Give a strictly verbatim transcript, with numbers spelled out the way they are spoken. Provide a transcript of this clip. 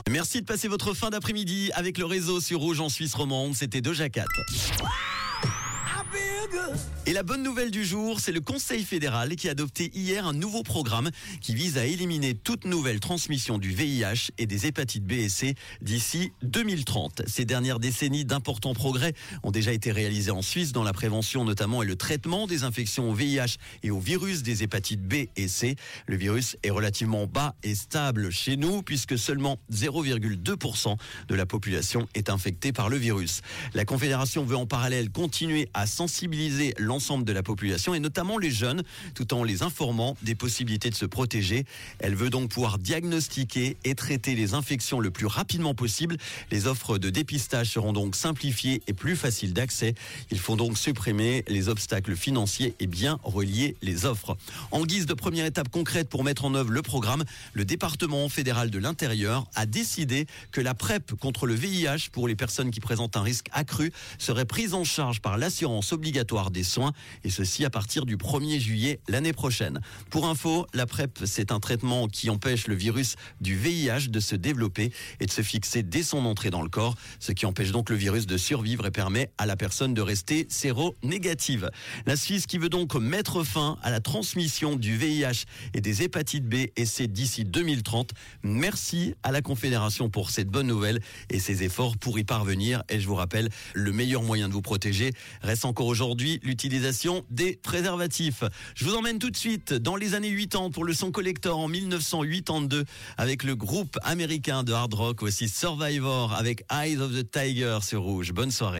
Merci de passer votre fin d'après-midi avec le réseau sur Rouge en Suisse romande. C'était Doja Cat. Et la bonne nouvelle du jour, c'est le Conseil fédéral qui a adopté hier un nouveau programme qui vise à éliminer toute nouvelle transmission du V I H et des hépatites B et C d'ici deux mille trente. Ces dernières décennies, d'importants progrès ont déjà été réalisés en Suisse dans la prévention notamment et le traitement des infections au V I H et au virus des hépatites B et C. Le virus est relativement bas et stable chez nous puisque seulement zéro virgule deux pour cent de la population est infectée par le virus. La Confédération veut en parallèle continuer à sensibiliser l'ensemble de la population et notamment les jeunes tout en les informant des possibilités de se protéger. Elle veut donc pouvoir diagnostiquer et traiter les infections le plus rapidement possible. Les offres de dépistage seront donc simplifiées et plus faciles d'accès. Il faut donc supprimer les obstacles financiers et bien relier les offres. En guise de première étape concrète pour mettre en œuvre le programme, le département fédéral de l'intérieur a décidé que la PrEP contre le V I H pour les personnes qui présentent un risque accru serait prise en charge par l'assurance obligatoire des soins et ceci à partir du premier juillet l'année prochaine. Pour info, la PrEP, c'est un traitement qui empêche le virus du V I H de se développer et de se fixer dès son entrée dans le corps, ce qui empêche donc le virus de survivre et permet à la personne de rester séronégative. La Suisse qui veut donc mettre fin à la transmission du V I H et des hépatites B et C d'ici deux mille trente. Merci à la Confédération pour cette bonne nouvelle et ses efforts pour y parvenir. Et je vous rappelle, le meilleur moyen de vous protéger reste encore aujourd'hui l'utilisation des préservatifs. Je vous emmène tout de suite dans les années quatre-vingt pour le son collector en mille neuf cent quatre-vingt-deux avec le groupe américain de hard rock, aussi Survivor avec Eyes of the Tiger sur Rouge. Bonne soirée.